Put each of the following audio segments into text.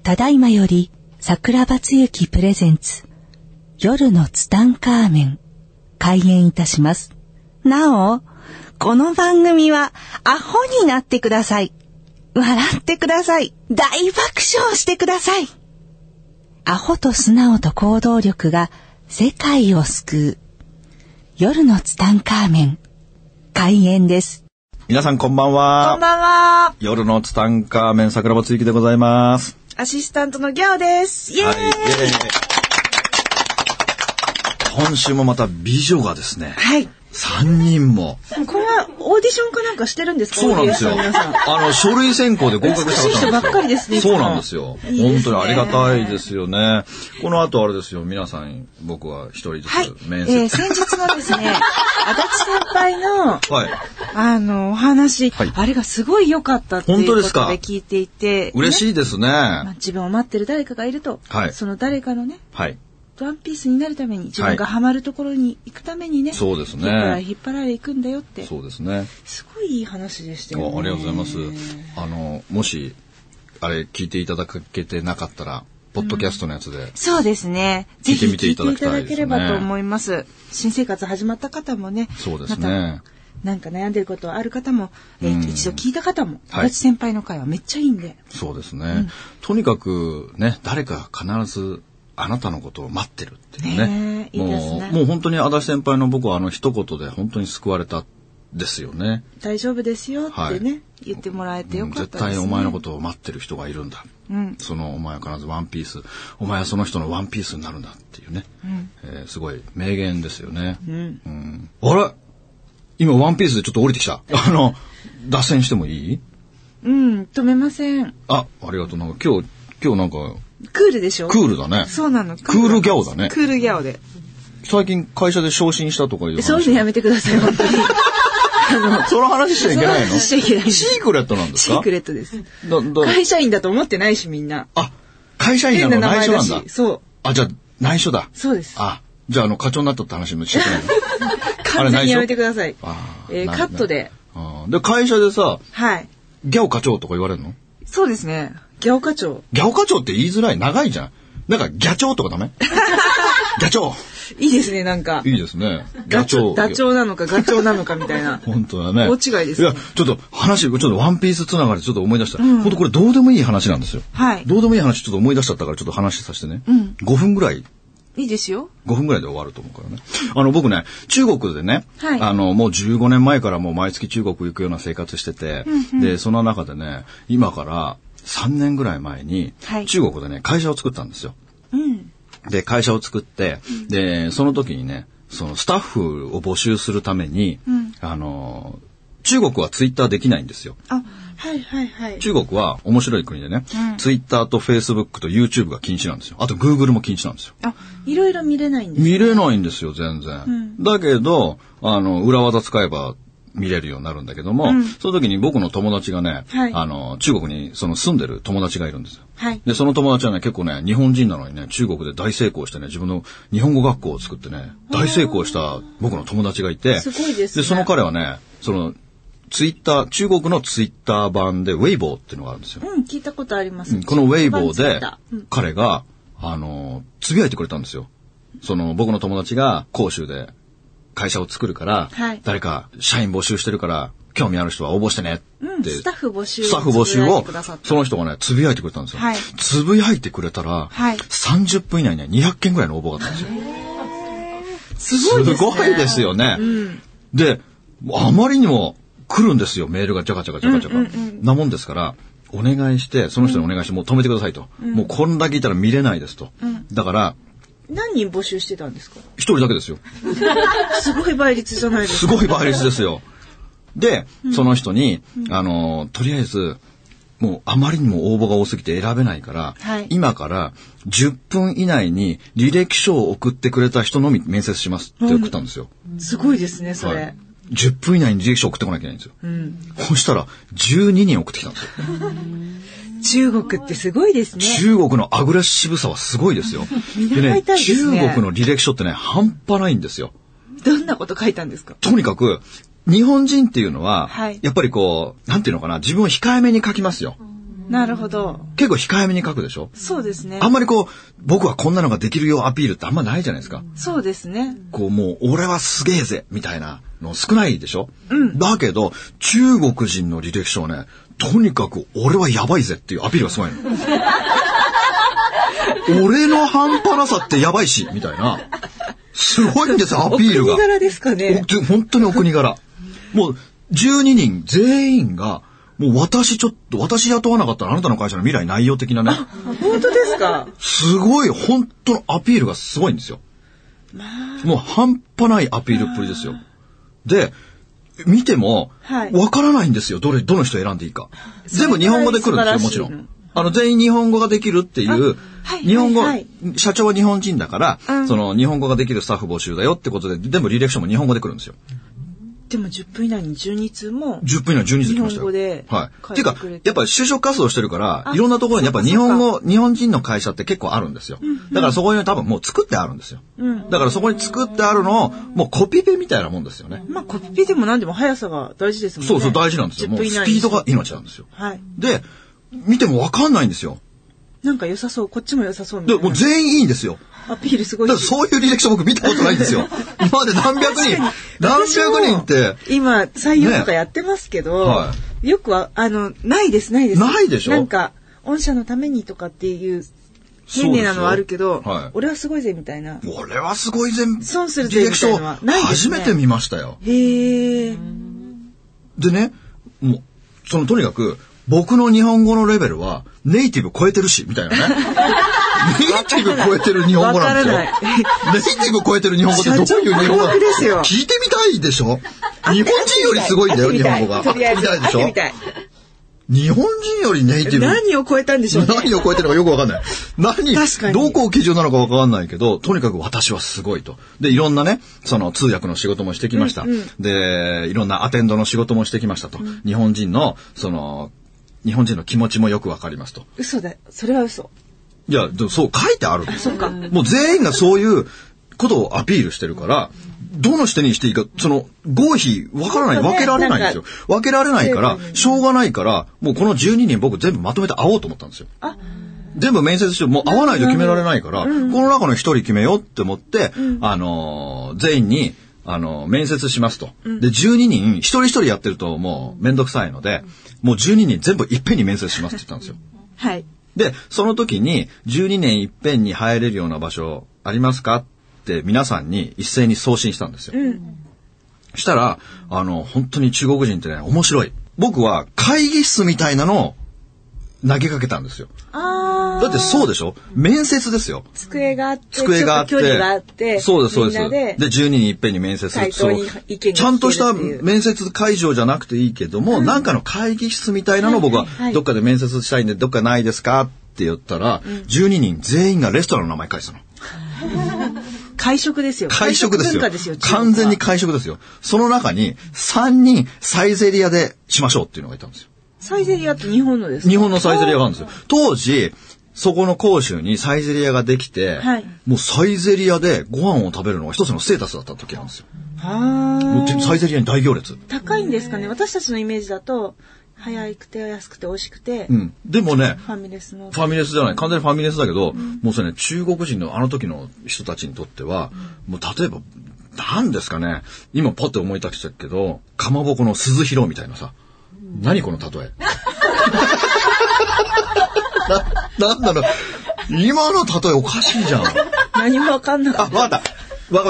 ただいまより桜庭つゆきプレゼンツ夜のツタンカーメン開演いたします。なお、この番組はアホになってください。笑ってください。大爆笑してください。アホと素直と行動力が世界を救う夜のツタンカーメン開演です。 皆さんこんばんは。 こんばんは。 夜のツタンカーメン桜庭つゆきでございます。 アシスタントのギャオです。イエーイ、 今週もまた美女がですね、 はい、 3人も。 これはオーディションかなんかしてるんですか？ そうなんですよ。 皆さん書類選考で合格した人ばっかりですね。 そうなんですよ。 いいですね。 本当にありがたいですよね。この後あれですよ、皆さん僕は一人ずつ面接、 先日のですね足立先輩の、 はい、 お話、 はい、 あれがすごい良かったっていうことで聞いていて、 嬉しいですね。 自分を待ってる誰かがいると、 はい、 その誰かのね、 はい、 ワンピースになるために自分がハマるところに行くためにね、 そうですね、 引っ張られ行くんだよって。 そうですね。 すごいいい話でしたよね。 ありがとうございます。もしあれ聞いていただけてなかったらポッドキャストのやつで、 そうですね、 聞いてみていただきたいですね。 ぜひ聞いていただければと思います。新生活始まった方もね、 そうですね、 なんか悩んでることある方も、一度聞いた方も、 はい、 足立先輩の会はめっちゃいいんで。 そうですね、とにかくね、誰か必ずあなたのことを待ってるっていうね。 いいですね。 もう本当に足立先輩の僕は一言で本当に救われたですよね。 大丈夫ですよってね、 はい、 言ってもらえてよかったですね。 絶対お前のことを待ってる人がいるんだ、そのお前は必ずワンピース、お前はその人のワンピースになるんだっていうね、すごい名言ですよね。あれ、今ワンピースでちょっと降りてきた。脱線してもいい？ 止めません。 ありがとう。なんか今日なんかクールでしょ？ クールだね。 そうなの。 クールギャオだね。 クールギャオで。 最近会社で昇進したとかいう話。 そういうのやめてください、本当に。 その話しちゃいけないの？ しちゃいけない。 シークレットなんですか？ シークレットです。会社員だと思ってないし、みんな。 あ、会社員なの内緒なんだ。 そう。 じゃあ内緒だ。 そうです。 じゃあ課長になったって話もしちゃいけないの？ 完全にやめてください。カットで。 で、会社でさ、 はい。 ギャオ課長とか言われるの？ そうですね。ギャオ課長。 ギャオ課長って言いづらい、長いじゃん。なんかギャチョウとかダメ？ギャチョウ。 いいですね、なんか。 いいですね。ギャチョウ。 ダチョウなのかガチョウなのかみたいな。 本当だね。 大違いですね。 いや、ちょっとワンピースつながりでちょっと思い出した。本当これどうでもいい話なんですよ。 はい。 どうでもいい話ちょっと思い出しちゃったからちょっと話させてね。5分ぐらい。 いいですよ。 5分ぐらいで終わると思うからね。僕ね、中国でね、 はい、 もう15年前からもう毎月中国行くような生活してて、で、その中でね、今から3年ぐらい前に、中国でね、会社を作ったんですよ。で、会社を作って、で、その時にね、そのスタッフを募集するために、中国はツイッターできないんですよ。 はいはいはい。 中国は面白い国でね、ツイッターとフェイスブックと YouTube が禁止なんですよ。あと Google も禁止なんですよ。 いろいろ見れないんですか？ 見れないんですよ、全然。だけど、裏技使えば見れるようになるんだけども、その時に僕の友達がね、中国に住んでる友達がいるんですよ。で、その友達はね、結構ね、日本人なのにね、中国で大成功してね、自分の日本語学校を作ってね、大成功した僕の友達がいて、 すごいですね。 で、その彼はね、ツイッター、中国のツイッター版でウェイボーっていうのがあるんですよ。 聞いたことあります。 このウェイボーで、彼が、つぶやいてくれたんですよ。僕の友達が広州で会社を作るから、誰か社員募集してるから、興味ある人は応募してねって、 スタッフ募集を、その人がね、つぶやいてくれたんですよ。つぶやいてくれたら、30分以内にね、200件ぐらいの応募があったんですよ。 すごいですね。 すごいですよね。で、あまりにも、来るんですよ、メールがジャカジャカジャカジャカ。なもんですから、お願いして、その人にお願いして、もう止めてくださいと。もうこんだけいたら見れないですと。だから、 何人募集してたんですか？ 一人だけですよ。 すごい倍率じゃないですか。 すごい倍率ですよ。で、その人に、とりあえず、もうあまりにも応募が多すぎて選べないから、今から10分以内に履歴書を送ってくれた人のみ面接しますって送ったんですよ。 すごいですね、それ。 10分以内に履歴書送ってこなきゃいけないんですよ。そしたら12人送ってきたんです中よ。 国ってすごいですね。 中国のアグレッシブさはすごいですよ。 でね、 中国の履歴書ってね、半端ないんですよ。 どんなこと書いたんですか？ とにかく、日本人っていうのは、やっぱりこう、なんていうのかな、自分を控えめに書きますよ。 なるほど。 結構控えめに書くでしょ。 そうですね。 あんまりこう、僕はこんなのができるよアピールってあんまないじゃないですか。 そうですね。 こうもう、俺はすげえぜみたいなの少ないでしょ。だけど、中国人の履歴書はね、とにかく俺はやばいぜっていうアピールがすごいの。俺の半端なさってやばいし、みたいな。すごいんですよ、アピールが。 お国柄ですかね。 本当にお国柄。もう、12人全員が、もう私雇わなかったらあなたの会社の未来ないよ的なね。 本当ですか。 すごい、本当のアピールがすごいんですよ。もう半端ないアピールっぷりですよ。で、見ても、わからないんですよ。どの人選んでいいか。全部日本語で来るんですよ、もちろん。全員日本語ができるっていう、日本語、社長は日本人だから、その日本語ができるスタッフ募集だよってことで、全部履歴書も日本語で来るんですよ。 でも10分以内に12通も 10分以内に12通来ましたよ。 日本語で。 はい。っていうか、やっぱり就職活動してるから、いろんなところにやっぱ日本人の会社って結構あるんですよ。だからそこに多分もう作ってあるんですよ。だからそこに作ってあるのを、もうコピペみたいなもんですよね。 まあコピペでも何でも速さが大事ですもんね。 そうそう、大事なんですよ。もうスピードが命なんですよ。はい。で、見てもわかんないんですよ。 なんか良さそう、こっちも良さそうみたいな。 で、もう全員いいんですよ。 アピールすごい。 だからそういう履歴書僕見たことないんですよ。今まで何百人って。 今、採用とかやってますけど、よくは、ないです。 ないでしょ。 なんか、御社のためにとかっていう、丁寧なのはあるけど、俺はすごいぜみたいな。 俺はすごいぜ。 損するぜみたいなのはないですね。 初めて見ましたよ。 へー。 でね、もう、とにかく、僕の日本語のレベルはネイティブ超えてるし、みたいなね。ネイティブ超えてる日本語なんですよ。ネイティブ超えてる日本語ってどういう日本語ですよ。聞いてみたいでしょ。日本人よりすごいんだよ、日本語が。 見たいでしょ。 日本人よりネイティブ。 何を超えたんでしょうね。 何を超えてるのかよくわかんない。どこを基準なのかわかんないけど、とにかく私はすごいと。で、いろんなね、その通訳の仕事もしてきました。で、いろんなアテンドの仕事もしてきましたと。日本人の気持ちもよくわかりますと。 嘘だ。それは嘘。 いや、そう書いてあるんですよ。もう全員がそういうことをアピールしてるから、どの視点にしていいか、合否分からない、分けられないんですよ。分けられないから、しょうがないから、もうこの12人僕全部まとめて会おうと思ったんですよ。全部面接して、もう会わないと決められないから、この中の1人決めようって思って、全員に、面接しますと。で、12人、一人一人やってるともうめんどくさいので、もう12人全部いっぺんに面接しますって言ったんですよ。 はい。 で、その時に、12年いっぺんに入れるような場所ありますかって皆さんに一斉に送信したんですよ。したら、本当に中国人ってね、面白い。僕は会議室みたいなのを投げかけたんですよ。だってそうでしょ？面接ですよ。 机があって、 距離があって、 そうです、そうです。で、12人いっぺんに面接する。ちゃんとした面接会場じゃなくていいけども、なんかの会議室みたいなのを僕はどっかで面接したいんで、どっかないですかって言ったら、12人全員がレストランの名前書いてたの。 会食ですよ。 会食ですよ。完全に会食ですよ。その中に3人サイゼリヤでしましょうっていうのがいたんですよ。 サイゼリヤって日本のですか？ 日本のサイゼリヤがあるんですよ。当時、そこの広州にサイゼリヤができて、もうサイゼリヤでご飯を食べるのが一つのステータスだった時なんですよ。もうサイゼリヤに大行列。 高いんですかね。私たちのイメージだと、早くて安くて美味しくて。 でもね、 ファミレスじゃない。完全にファミレスだけど、もうそれね、中国人のあの時の人たちにとっては、もう例えば、何ですかね、今パッと思い出したけど、かまぼこの鈴広みたいなさ、何この例え。なんだろう。今の例えおかしいじゃん。 何もわかんなかった。 わかった。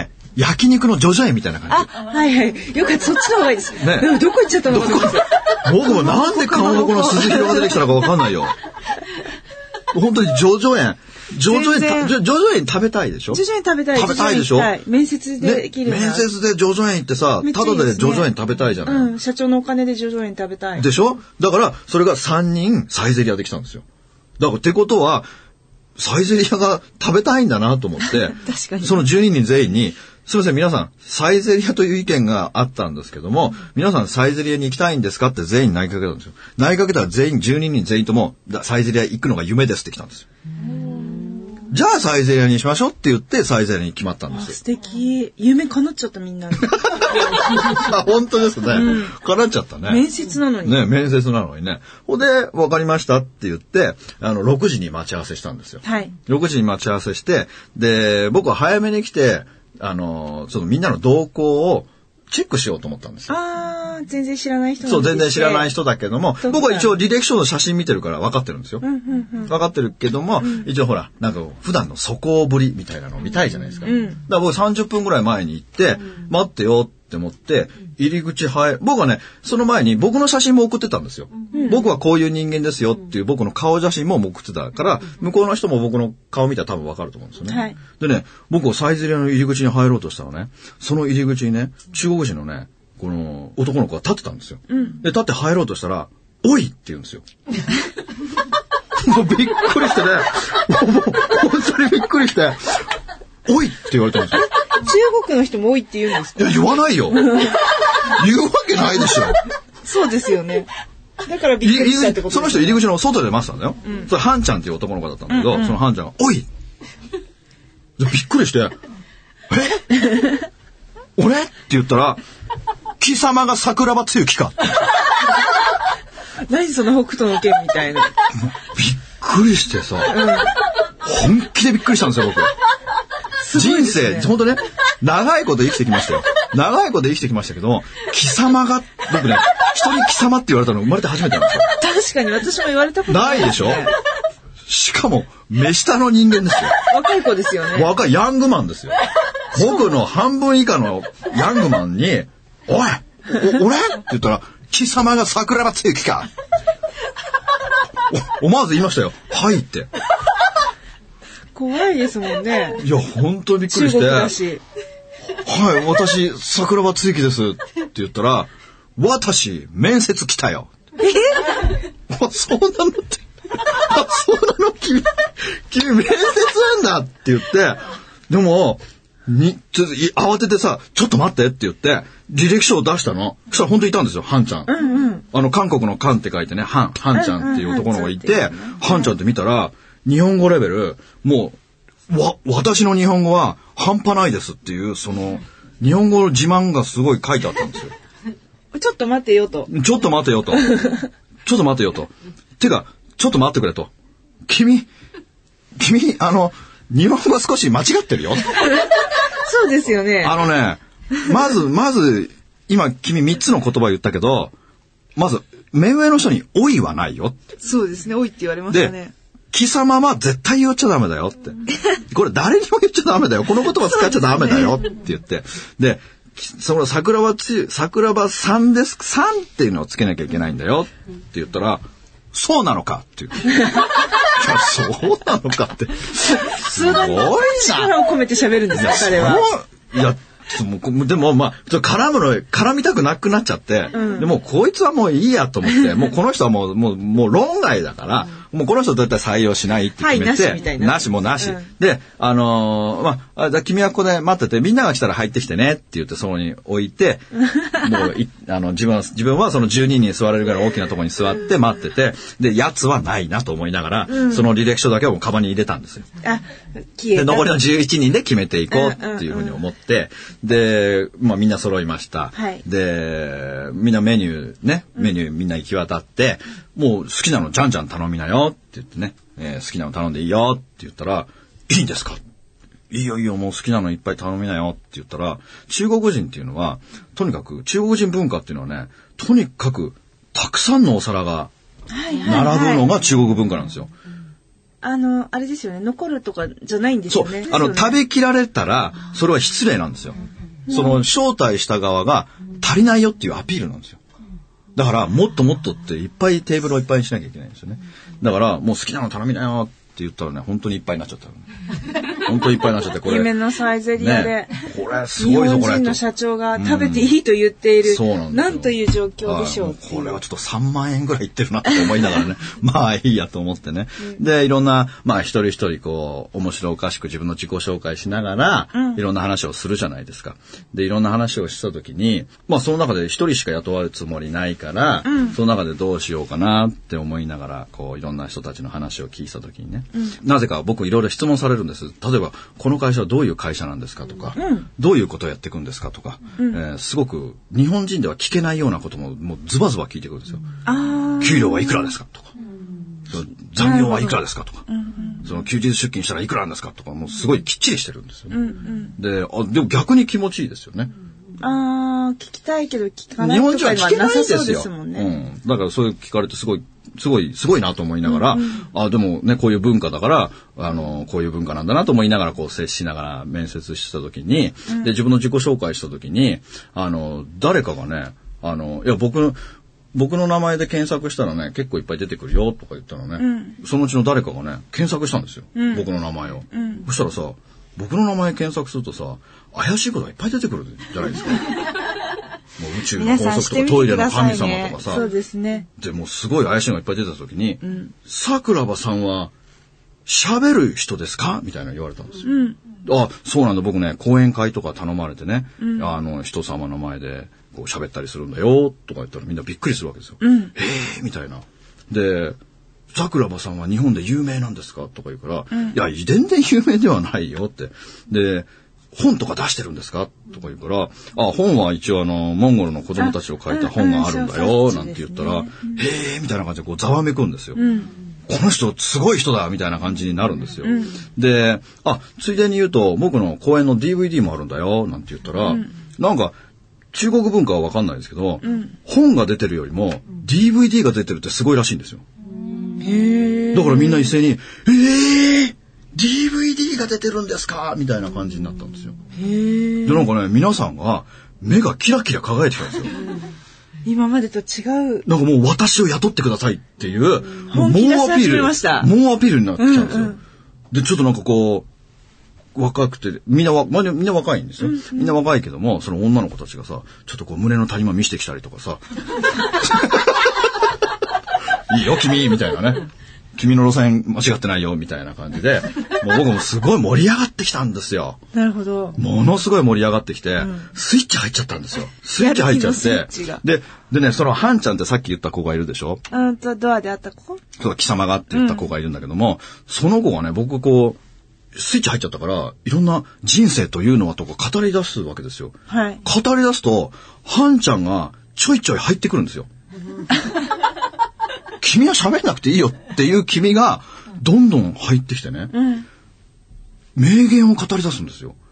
焼肉のジョジョ園みたいな感じ。 はいはい。よかった、そっちの方がいいです。ね、でもどこ行っちゃったのかな。 僕もなんでかまぼこの鈴広が出てきたのかわかんないよ。本当にジョジョ園。ジョジョ園食べたいでしょ？ ジョジョ園食べたい。 食べたいでしょ？ 面接でできる。 面接でジョジョ園行ってさ、ただでジョジョ園食べたいじゃない。 社長のお金でジョジョ園食べたい。 でしょ？だから、それが3人サイゼリヤできたんですよ。だからってことは、サイゼリヤが食べたいんだなと思って、 確かに。 その12人全員に、すみません、皆さん、サイゼリヤという意見があったんですけども、皆さんサイゼリヤに行きたいんですかって全員投げかけたんですよ。投げかけたら12人全員とも、サイゼリヤ行くのが夢ですって来たんですよ。 じゃあサイゼリヤにしましょうって言ってサイゼリヤに決まったんですよ。 素敵。夢叶っちゃったみんな。 本当ですね。叶っちゃったね。 面接なのに。 ね、面接なのにね。ほんで、わかりましたって言って、6時に待ち合わせしたんですよ。 はい。 6時に待ち合わせして、で、僕は早めに来て、みんなの動向をチェックしようと思ったんですよ。 全然知らない人そう、全然知らない人だけども、僕は一応履歴書の写真見てるから分かってるんですよ。分かってるけども、一応ほら、なんか普段の素行ぶりみたいなのを見たいじゃないですか。だから僕30分ぐらい前に行って、待ってよって思って、入り口僕はね、その前に僕の写真も送ってたんですよ。僕はこういう人間ですよっていう僕の顔写真も送ってたから、向こうの人も僕の顔見たら多分分かると思うんですよね。はい、でね、僕はサイゼリヤの入り口に入ろうとしたらね、その入り口にね、中国人のね、この男の子が立ってたんですよ。で、立って入ろうとしたら、おいって言うんですよ。もうびっくりしてね、もう本当にびっくりして、おいって言われたんですよ。 中国の人もおいって言うんですか？ いや、言わないよ。言うわけないでしょ。そうですよね。だからびっくりしたってことですね。 その人入り口の外で待ってたんだよ。それハンちゃんっていう男の子だったんだけど、そのハンちゃんが、おいびっくりして、俺って言ったら、貴様が桜庭つゆきか。 何その北斗の拳みたいな。 びっくりしてさ、本気でびっくりしたんですよ、僕。人生、本当ね、長いこと生きてきましたよ。長いこと生きてきましたけど、貴様が、僕ね、人に貴様って言われたの生まれて初めてなんですよ。 確かに私も言われたことないでしょ。しかも、目下の人間ですよ。 若い子ですよね。 若いヤングマンですよ。僕の半分以下のヤングマンに、おい俺って言ったら、貴様が桜庭つゆきか。思わず言いましたよ。はいって。 怖いですもんね。 いや、本当にびっくりして。 中国だし。 はい、私、桜庭つゆきですって言ったら、私、面接来たよ。あ、そうなのって。あ、そうなの君面接なんだって言って、でも、ちょっと慌ててさ、ちょっと待ってって言って、履歴書を出したの。そしたら本当にいたんですよ、ハンちゃん。韓国のカンって書いてね、ハンちゃんっていう男の子がいて、ハンちゃんって見たら、日本語レベル、もう、私の日本語は半端ないですっていう、その、日本語の自慢がすごい書いてあったんですよ。 ちょっと待てよと。 ちょっと待てよと。ちょっと待てよと。てか、ちょっと待ってくれと。君、日本語少し間違ってるよ。 そうですよね。 まず、今君3つの言葉言ったけど、まず、目上の人においはないよって。 そうですね、おいって言われましたね。 で、貴様は絶対言っちゃダメだよって。これ誰にも言っちゃダメだよ。この言葉使っちゃダメだよって言って。で、その桜庭さんですさんっていうのをつけなきゃいけないんだよって言ったら、そうなのかっていう。いや、そうなのかって。 すごい力を込めて喋るんですよ、彼は。 いや、でも絡みたくなくなっちゃって、でもこいつはもういいやと思って、もうこの人はもう論外だから、もうこの人絶対採用しないって決めて、 はい、なしみたいな。 なし。で、君はここで待ってて、みんなが来たら入ってきてねって言ってそこに置いて、もう自分はその12人座れるぐらい大きなところに座って待ってて、で、やつはないなと思いながら、その履歴書だけをカバンに入れたんですよ。で、残りの11人で決めていこうっていうふうに思って、で、みんな揃いました。 はい、 で、みんなメニューみんな行き渡って、もう好きなのじゃんじゃん頼みなよって言ってね、好きなの頼んでいいよって言ったら、いいんですか？いいよもう好きなのいっぱい頼みなよって言ったら、中国人っていうのは、とにかく中国人文化っていうのはね、とにかくたくさんのお皿が並ぶのが中国文化なんですよ。 あれですよね、残るとかじゃないんですよね。 そう、食べきられたら、それは失礼なんですよ。その招待した側が足りないよっていうアピールなんですよ。だからもっともっとっていっぱいテーブルをいっぱいにしなきゃいけないんですよね。だからもう好きなの頼みなよって言ったらね、本当にいっぱいになっちゃった、本当にいっぱいになっちゃって、これ夢のサイゼリヤで、 ね、これすごいぞこれ。 日本人の社長が食べていいと言っている。なんという状況でしょう。 これはちょっと3万円ぐらいいってるなと思いながらね、まあいいやと思ってね。で、いろんな一人一人こう面白おかしく自分の自己紹介しながら、いろんな話をするじゃないですか。で、いろんな話をした時に、その中で一人しか雇われるつもりないから、その中でどうしようかなって思いながら、こういろんな人たちの話を聞いた時にね、 なぜか僕いろいろ質問されるんです。例えば、この会社はどういう会社なんですかとか、どういうことをやっていくんですかとか、すごく日本人では聞けないようなことも、もうズバズバ聞いてくるんですよ。給料はいくらですかとか、残業はいくらですかとか、その休日出勤したらいくらなんですかとか、もうすごいきっちりしてるんですよね。でも逆に気持ちいいですよね。 聞きたいけど聞かないとかはなさそうですもんね。 だからそういう聞かれてすごいなと思いながら、でもね、こういう文化だから、こういう文化なんだなと思いながら、こう接しながら面接した時に、で、自分の自己紹介した時に、誰かがね、いや、僕の名前で検索したらね、結構いっぱい出てくるよとか言ったらね、そのうちの誰かがね、検索したんですよ。僕の名前を。そしたらさ、僕の名前検索するとさ、怪しいことがいっぱい出てくるじゃないですか。もう宇宙の法則とかトイレの神様とかさ。 そうですね。 で、もうすごい怪しいのがいっぱい出た時に、桜庭さんは喋る人ですかみたいな言われたんですよ。そうなんだ。僕ね、講演会とか頼まれてね、人様の前でこう喋ったりするんだよとか言ったらみんなびっくりするわけですよ。みたいな。で、桜庭さんは日本で有名なんですかとか言うから、いや、全然有名ではないよって。で、本とか出してるんですかとか言うから、本は一応モンゴルの子供たちを書いた本があるんだよ、なんて言ったら、みたいな感じでこうざわめくんですよ。この人すごい人だみたいな感じになるんですよ。で、ついでに言うと、僕の講演の DVD もあるんだよ、なんて言ったら、なんか、中国文化はわかんないですけど、本が出てるよりも DVD が出てるってすごいらしいんですよ。だからみんな一斉に、DVD が出てるんですかみたいな感じになったんですよ。で、なんかね、皆さんが目がキラキラ輝いてきたんですよ。 今までと違う。 なんかもう私を雇ってくださいっていう、 猛アピールになってきたんですよ。で、ちょっとなんかこう、若くて、みんな若いんですよ。みんな若いけども、その女の子たちがさ、ちょっとこう胸の谷間見してきたりとかさ、いいよ君みたいなね。君の路線間違ってないよみたいな感じで、もう僕もすごい盛り上がってきたんですよ。 なるほど。 ものすごい盛り上がってきて、スイッチ入っちゃったんですよ。スイッチ入っちゃって、でね、そのハンちゃんってさっき言った子がいるでしょ。 ドアで会った子？ そう、貴様がって言った子がいるんだけども、その子がね、僕こう、スイッチ入っちゃったから、いろんな人生というのはとか語り出すわけですよ。 はい。 語り出すと、ハンちゃんがちょいちょい入ってくるんですよ。君は喋んなくていいよっていう君がどんどん入ってきてね、名言を語り出すんですよ。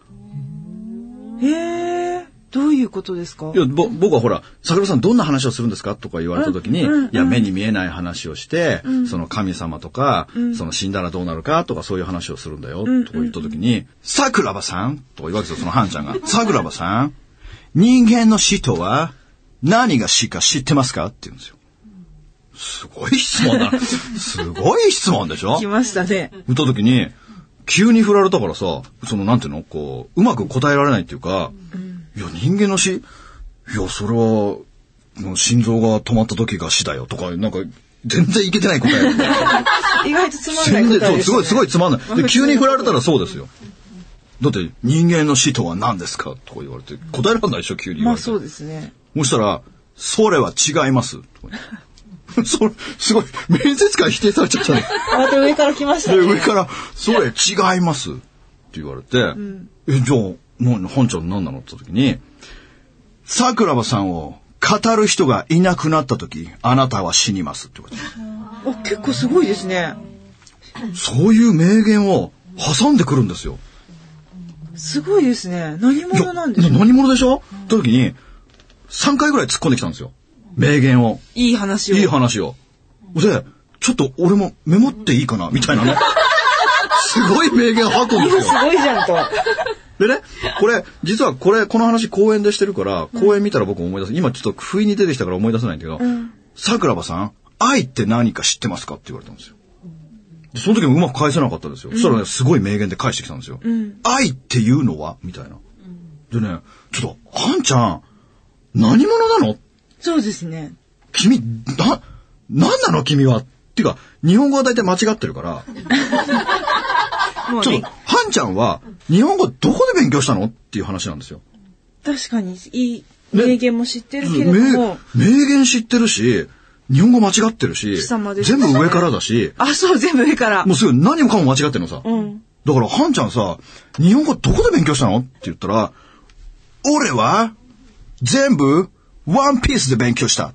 どういうことですか？ いや、僕はほら、桜さんどんな話をするんですかとか言われた時に、いや、目に見えない話をして、その神様とか、その死んだらどうなるかとかそういう話をするんだよ、とか言った時に、桜庭さんとか言うわけですよ、そのハンちゃんが。桜庭さん、人間の死とは何が死か知ってますかって言うんですよ。すごい質問だ。すごい質問でしょ？ 来ましたね。 言った時に、急に振られたからさ、そのなんていうのこう、うまく答えられないっていうか、いや、人間の死、いや、それは、心臓が止まった時が死だよとか、なんか、全然いけてない答え。 意外とつまんない答えです、ね。 すごいつまんない。で、急に振られたらそうですよ。だって、人間の死とは何ですかとか言われて、答えられないでしょ、急に言われて。 そうですね。 そしたら、それは違います。それ、すごい、面接官否定されちゃったね。 また上から来ましたね。 で、上から、それ違いますって言われて、じゃあ、もう、本ちゃん何なのって言った時に、桜庭さんを語る人がいなくなった時、あなたは死にますって言われて。 結構すごいですね。 そういう名言を挟んでくるんですよ。 すごいですね。何者なんですか？ 何者でしょって時に、3回ぐらい突っ込んできたんですよ。名言を。 いい話を。 で、ちょっと俺もメモっていいかなみたいなね。すごい名言吐くんですよ。 すごいじゃんと。 でね、これ、実はこの話公演でしてるから、公演見たら僕思い出す。今ちょっと不意に出てきたから思い出せないんだけど、桜庭さん、愛って何か知ってますかって言われたんですよ。でその時もうまく返せなかったんですよ。そしたらね、すごい名言で返してきたんですよ。愛っていうのはみたいな。でね、ちょっと、ハンちゃん、何者なの？ そうですね。 君、なんなの君は。っていうか、日本語は大体間違ってるから。 もうね、 ちょっと、ハンちゃんは、日本語どこで勉強したのっていう話なんですよ。 確かに、いい名言も知ってるけれども。 名言知ってるし、 日本語間違ってるし、全部上からだし。 そう、全部上から。 もうすぐ何もかも間違ってるのさ。だから、はんちゃんさ、日本語どこで勉強したのって言ったら、俺は、全部、ワンピースで勉強したって。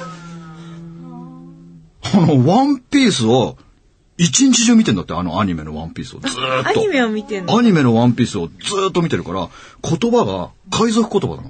ワンピースを、一日中見てんだって、アニメのワンピースをずーっと。 アニメを見てんの？ アニメのワンピースをずーっと見てるから、言葉が海賊言葉なの。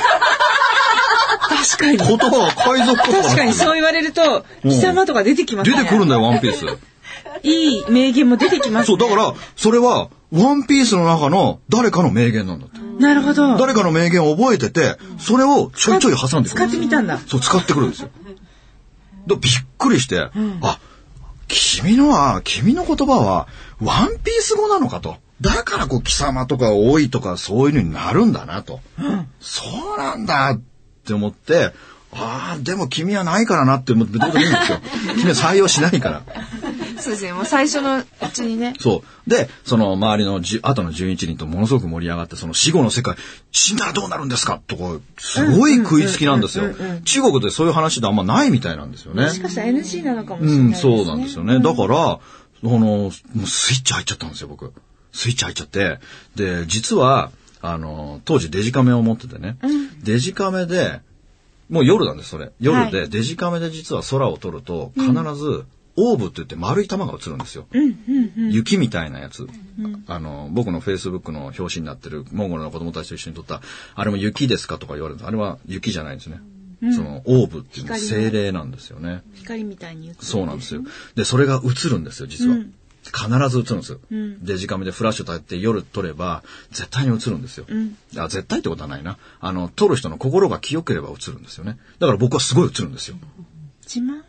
確かに。 言葉が海賊言葉。 確かにそう言われると、貴様とか出てきますね。 出てくるんだよ、ワンピース。 いい名言も出てきますね。 そう、だから、それは、ワンピースの中の誰かの名言なんだって。 なるほど。 誰かの名言を覚えてて、それをちょいちょい挟んでくる。 使ってみたんだ。 そう、使ってくるんですよ。びっくりして、君の言葉は、ワンピース語なのかと。だから貴様とか多いとかそういうのになるんだなと。そうなんだって思って、でも君はないからなって思ってどうでもいいんですよ。君は採用しないから。 そうですね。もう最初のうちにね。 そう。で、その周りの後の11人とものすごく盛り上がって、その死後の世界、死んだらどうなるんですかとか、すごい食いつきなんですよ。中国でそういう話であんまないみたいなんですよね。 もしかしたら NG なのかもしれないですね。 そうなんですよね。だから、もうスイッチ入っちゃったんですよ、僕。スイッチ入っちゃって。で、実は、当時デジカメを持っててね。デジカメで、もう夜なんです、それ。夜で、デジカメで実は空を撮ると、必ず、オーブって言って丸い玉が映るんですよ。雪みたいなやつ。僕のフェイスブックの表紙になってるモンゴルの子供たちと一緒に撮った、あれも雪ですかとか言われるんです。あれは雪じゃないんですね。そのオーブっていうのは精霊なんですよね。 光みたいに映る。 そうなんですよ。で、それが映るんですよ、実は。必ず映るんですよ。デジカメでフラッシュ焚いて夜撮れば、絶対に映るんですよ。絶対ってことはないな。撮る人の心が清ければ映るんですよね。だから僕はすごい映るんですよ。 自慢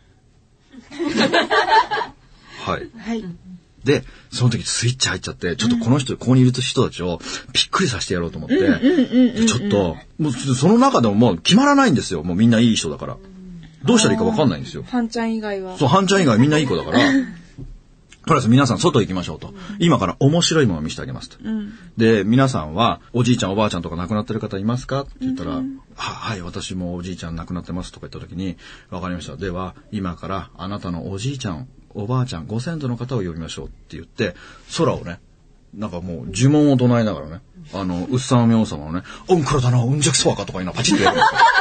はい。で、その時スイッチ入っちゃって、ちょっとここにいる人たちをびっくりさせてやろうと思って、ちょっと、もうその中でももう決まらないんですよ。もうみんないい人だから。どうしたらいいか分かんないんですよ。 ハンちゃん以外は。 そう、ハンちゃん以外みんないい子だから、とりあえず皆さん外行きましょうと。今から面白いものを見せてあげますと。で、皆さんはおじいちゃんおばあちゃんとか亡くなってる方いますかって言ったら、はい、私もおじいちゃん亡くなってますとか言った時に、わかりました。では、今からあなたのおじいちゃん、おばあちゃん、ご先祖の方を呼びましょうって言って、空をね、なんかもう呪文を唱えながらね、うっさん明王様のね、オンクロだな、うんじゃくそばかとかいうのをパチッとやるんですよ。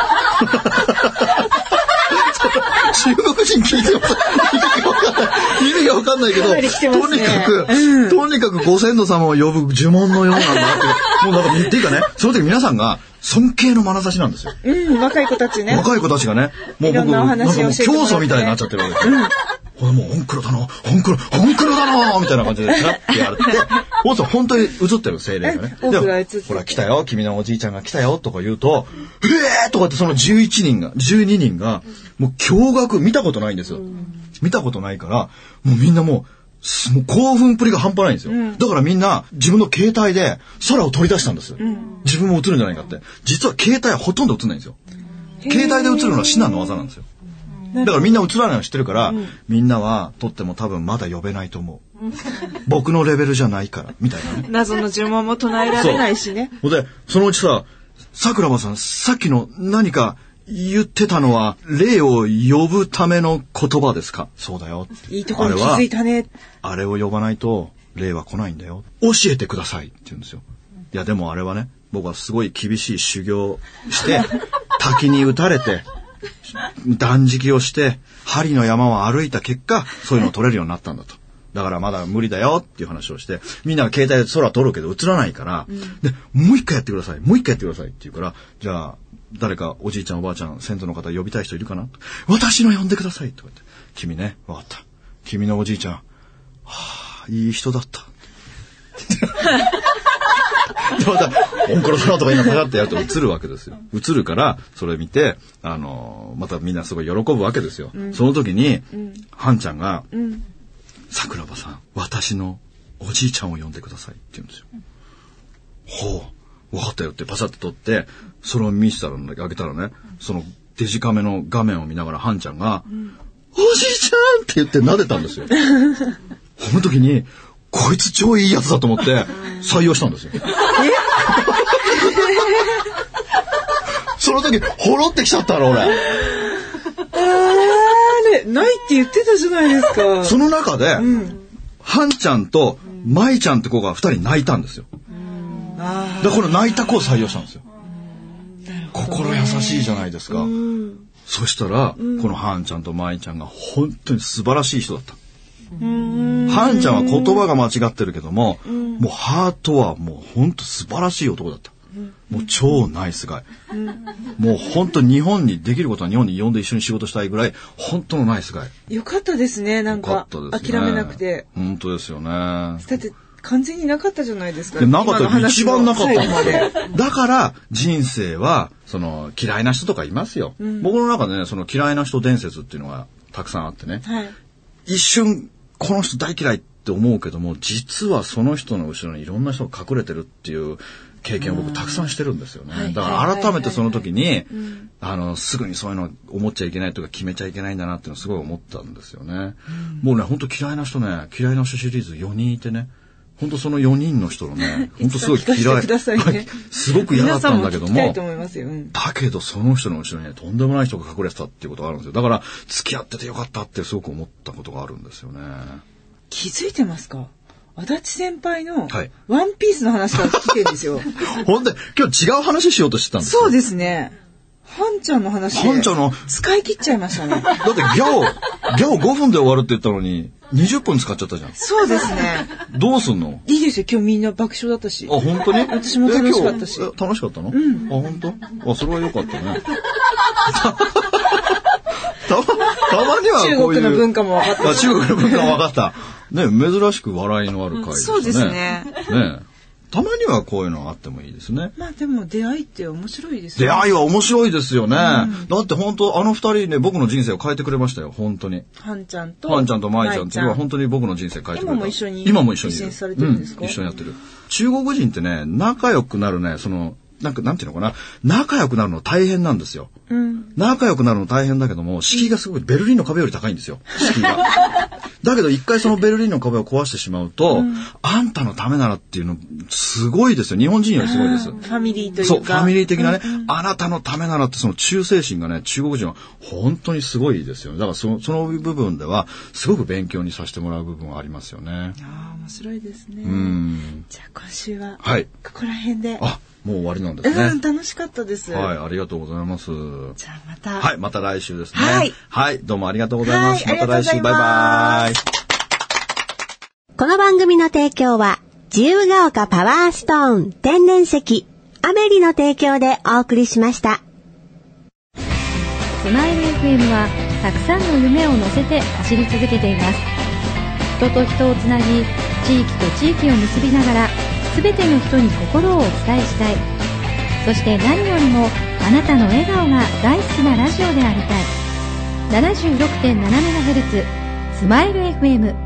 中国人聞いてます。意味がわかんないけど、とにかくご先祖様を呼ぶ呪文のようなんだって。もうなんか、っていうかね、その時皆さんが尊敬の眼差しなんですよ。 若い子たちね。 若い子たちがね、もう僕、なんかもう教祖みたいになっちゃってるわけですよ。これもうオンクロだな、オンクロだなみたいな感じで、チラッてやるって。本当に映ってる精霊がね。ほら来たよ、君のおじいちゃんが来たよとか言うと、とかってその12人が、もう驚愕見たことないんですよ。見たことないから、もうみんなもう興奮っぷりが半端ないんですよ。だからみんな自分の携帯で空を取り出したんですよ。自分も映るんじゃないかって。実は携帯はほとんど映んないんですよ。携帯で映るのは至難の技なんですよ。だからみんな映らないの知ってるから、みんなは撮っても多分まだ呼べないと思う。僕のレベルじゃないから、みたいなね。 謎の呪文も唱えられないしね。 で、そのうちさ、桜庭さん、さっきの何か言ってたのは、霊を呼ぶための言葉ですか？そうだよ。 いいところに気づいたね。 あれを呼ばないと、霊は来ないんだよ。教えてくださいって言うんですよ。いや、でもあれはね、僕はすごい厳しい修行して、滝に打たれて、断食をして、針の山を歩いた結果、そういうのを撮れるようになったんだと。だからまだ無理だよっていう話をして、みんなが携帯で空撮るけど映らないから、で、もう一回やってくださいって言うから、じゃあ、誰かおじいちゃんおばあちゃん、先祖の方呼びたい人いるかな？私の呼んでくださいとか言って、君ね、わかった。君のおじいちゃん、いい人だった。でまた、オンクロだなとか今パカってやると映るわけですよ。映るから、それ見て、またみんなすごい喜ぶわけですよ。その時に、ハンちゃんが、桜庭さん、私のおじいちゃんを呼んでくださいって言うんですよ。ほう、わかったよってパシャって撮って、それを見せたら、あげたらね、そのデジカメの画面を見ながらハンちゃんが、おじいちゃんって言って撫でたんですよ。その時に、こいつ超いいやつだと思って採用したんですよ。その時、ほろってきちゃったの、俺。 ないって言ってたじゃないですか。 その中で、はんちゃんとまいちゃんって子が2人泣いたんですよ。でこの泣いた子を採用したんですよ。心優しいじゃないですか。そしたら、このはんちゃんとまいちゃんが本当に素晴らしい人だった。はんちゃんは言葉が間違ってるけども、もうハートはもう本当素晴らしい男だった。もう超ナイスガイ。もう本当日本にできることは日本に呼んで一緒に仕事したいぐらい本当のナイスガイ。 よかったですね。なんか諦めなくて。 本当ですよね。 だって完全になかったじゃないですか。 なかった。一番なかったんですよ。だから人生はその嫌いな人とかいますよ。僕の中でね、その嫌いな人伝説っていうのがたくさんあってね。一瞬この人大嫌いって思うけども、実はその人の後ろにいろんな人が隠れてるっていう経験を僕たくさんしてるんですよね。だから改めてその時にすぐにそういうの思っちゃいけないとか決めちゃいけないんだなっていうのをすごい思ったんですよね。もうね、本当嫌いな人シリーズ4人いてね。本当その4人の人のね、本当すごい嫌い、すごく嫌だったんだけども、だけどその人の後ろにね、とんでもない人が隠れてたっていうことがあるんですよ。だから付き合っててよかったってすごく思ったことがあるんですよね。 気づいてますか？足立先輩のワンピースの話から聞いてるんですよ。 本当に今日違う話しようとしてたんですよ。 そうですね。はんちゃんの話で使い切っちゃいましたね。 だってギャオ5分で終わるって言ったのに20分使っちゃったじゃん。 そうですね。 どうすんの？ いいですよ。今日みんな爆笑だったし。 あ、本当に？ 私も楽しかったし。 楽しかったの？あ、本当？あ、それは良かったね。たまにはこういう中国の文化も分かった。 中国の文化も分かった。ね、珍しく笑いのある回ですね。 そうですね。 ね。たまにはこういうのあってもいいですね。 まあでも出会いって面白いですね。出会いは面白いですよね。だって本当二人ね、僕の人生を変えてくれましたよ。本当に。 はんちゃんとまいちゃんっていうのは本当に僕の人生変えてくれた。 今も一緒にされてるんですか？ 一緒にやってる。中国人ってね、仲良くなるね、なんていうのかな、仲良くなるの大変なんですよ。仲良くなるの大変だけども、敷居がすごいベルリンの壁より高いんですよ。敷居が。だけど一回そのベルリンの壁を壊してしまうと、あんたのためならっていうのすごいですよ。日本人よりすごいです。ファミリーというか。 そう、ファミリー的なね、あなたのためならってその忠誠心がね、中国人は本当にすごいですよね。だからその部分ではすごく勉強にさせてもらう部分はありますよね。 ああ、面白いですね。じゃあ今週はここら辺で。 もう終わりなんですね。 楽しかったです。 はい、ありがとうございます。 じゃあまた。 はい、また来週ですね。はい、どうもありがとうございます。また来週、バイバイ。 この番組の提供は、自由が丘パワーストーン天然石、アメリの提供でお送りしました。 スマイル FM は、たくさんの夢を乗せて走り続けています。人と人をつなぎ、地域と地域を結びながら、すべての人に心をお伝えしたい。そして何よりもあなたの笑顔が大好きなラジオでありたい。76.7MHz スマイル FM